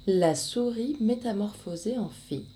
La souris métamorphosée en fille.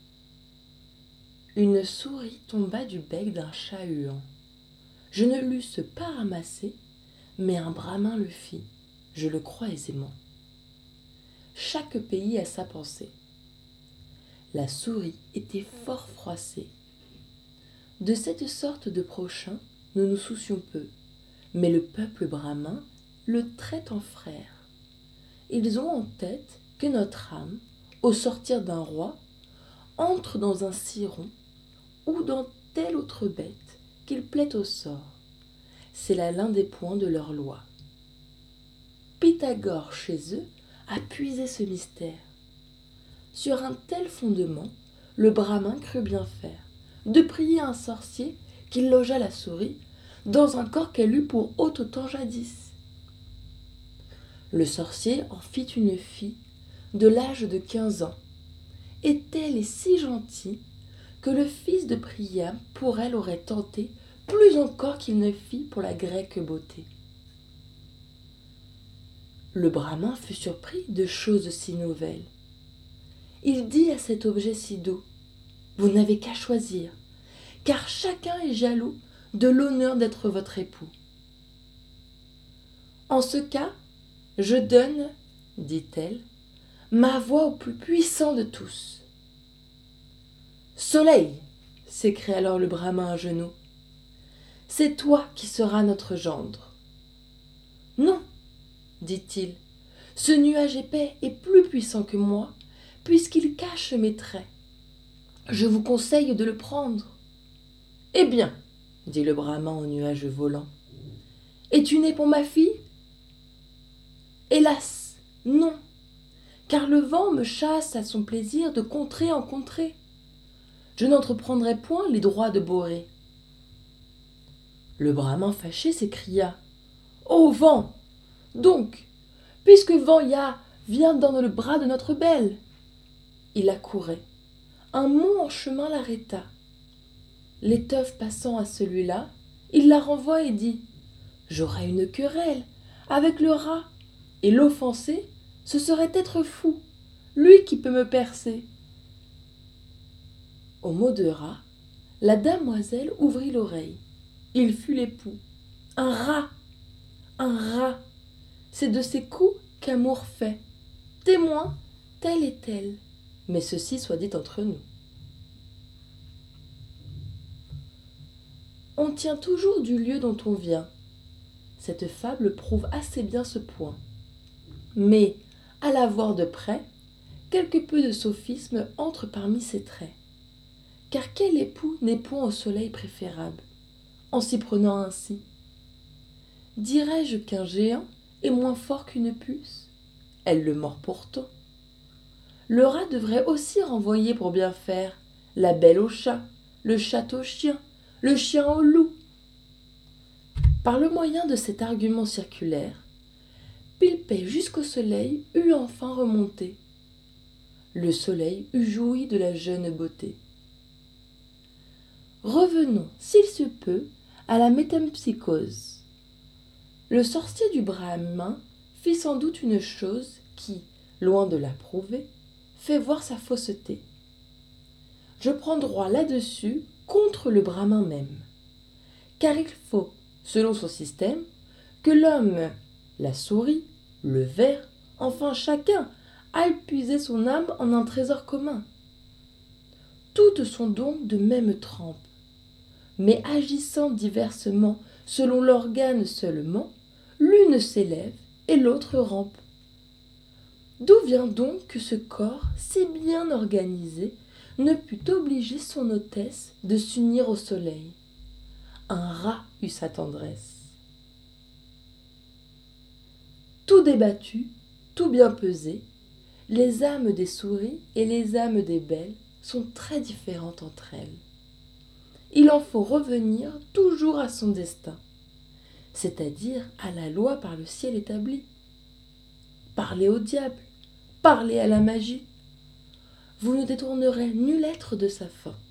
Une souris tomba du bec d'un chat-huant. Je ne l'eusse pas ramassée, mais un bramin le fit, je le crois aisément. Chaque pays a sa pensée. La souris était fort froissée. De cette sorte de prochain, nous nous soucions peu, mais le peuple bramin le traite en frère. Ils ont en tête que notre âme, au sortir d'un roi, entre dans un ciron ou dans telle autre bête qu'il plaît au sort. C'est là l'un des points de leur loi. Pythagore, chez eux, a puisé ce mystère. Sur un tel fondement, le brahmin crut bien faire, de prier un sorcier qui logea la souris dans un corps qu'elle eut pour haute temps jadis. Le sorcier en fit une fille de l'âge de 15 ans, et elle est si gentille que le fils de Priam pour elle aurait tenté plus encore qu'il ne fit pour la grecque beauté. Le brahmin fut surpris de choses si nouvelles. Il dit à cet objet si doux: « Vous n'avez qu'à choisir, car chacun est jaloux de l'honneur d'être votre époux. » En ce cas, je donne, dit-elle, ma voix au plus puissant de tous. Soleil, s'écria alors le brahmin à genoux, c'est toi qui seras notre gendre. Non, dit-il, ce nuage épais est plus puissant que moi, puisqu'il cache mes traits. Je vous conseille de le prendre. Eh bien, dit le brahmin au nuage volant, es-tu né pour ma fille? Hélas, non, car le vent me chasse à son plaisir de contrée en contrée. Je n'entreprendrai point les droits de Borée. Le brahmin fâché s'écria: Ô vent, donc, puisque vent y a, viens dans le bras de notre belle. Il accourait. Un mont en chemin l'arrêta. L'étoffe passant à celui-là, il la renvoie et dit: J'aurais une querelle avec le rat, et l'offensé, ce serait être fou, lui qui peut me percer. Au mot de rat, la damoiselle ouvrit l'oreille. Il fut l'époux. Un rat, un rat. C'est de ces coups qu'amour fait. Témoin, tel et tel. Mais ceci soit dit entre nous. On tient toujours du lieu dont on vient. Cette fable prouve assez bien ce point. Mais, à la voir de près, quelque peu de sophisme entre parmi ses traits. Car quel époux n'est point au soleil préférable, en s'y prenant ainsi? Dirais-je qu'un géant est moins fort qu'une puce? Elle le mord pourtant. Le rat devrait aussi renvoyer pour bien faire, la belle au chat, le chat au chien, le chien au loup. Par le moyen de cet argument circulaire, Pilpay jusqu'au soleil eut enfin remonté. Le soleil eut joui de la jeune beauté. Revenons, s'il se peut, à la métempsychose. Le sorcier du brahmin fit sans doute une chose qui, loin de l'approuver, fait voir sa fausseté. Je prends droit là-dessus contre le brahmin même, car il faut, selon son système, que l'homme, la souris, le ver, enfin chacun, aille puiser son âme en un trésor commun. Toutes sont donc de même trempe, mais agissant diversement selon l'organe seulement, l'une s'élève et l'autre rampe. D'où vient donc que ce corps, si bien organisé, ne put obliger son hôtesse de s'unir au soleil? Un rat eut sa tendresse. Tout débattu, tout bien pesé, les âmes des souris et les âmes des belles sont très différentes entre elles. Il en faut revenir toujours à son destin, c'est-à-dire à la loi par le ciel établie. Parlez au diable, parlez à la magie. Vous ne détournerez nul être de sa fin.